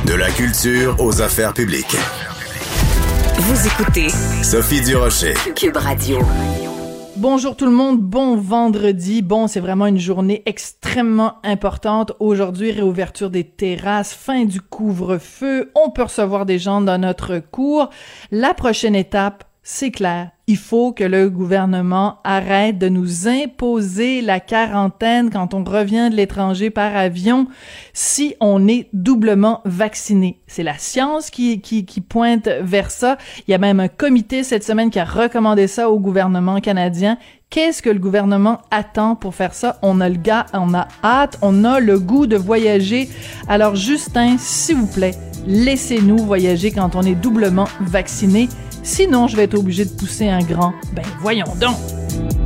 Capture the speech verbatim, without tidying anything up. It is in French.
De la culture aux affaires publiques. Vous écoutez Sophie Durocher, Cube Radio. Bonjour tout le monde, bon vendredi. Bon, c'est vraiment une journée extrêmement importante. Aujourd'hui, réouverture des terrasses, fin du couvre-feu. On peut recevoir des gens dans notre cour. La prochaine étape, c'est clair. Il faut que le gouvernement arrête de nous imposer la quarantaine quand on revient de l'étranger par avion si on est doublement vacciné. C'est la science qui, qui, qui pointe vers ça. Il y a même un comité cette semaine qui a recommandé ça au gouvernement canadien. Qu'est-ce que le gouvernement attend pour faire ça? On a le gars, on a hâte, on a le goût de voyager. Alors Justin, s'il vous plaît, laissez-nous voyager quand on est doublement vacciné. Sinon, je vais être obligé de pousser un grand. Ben, voyons donc!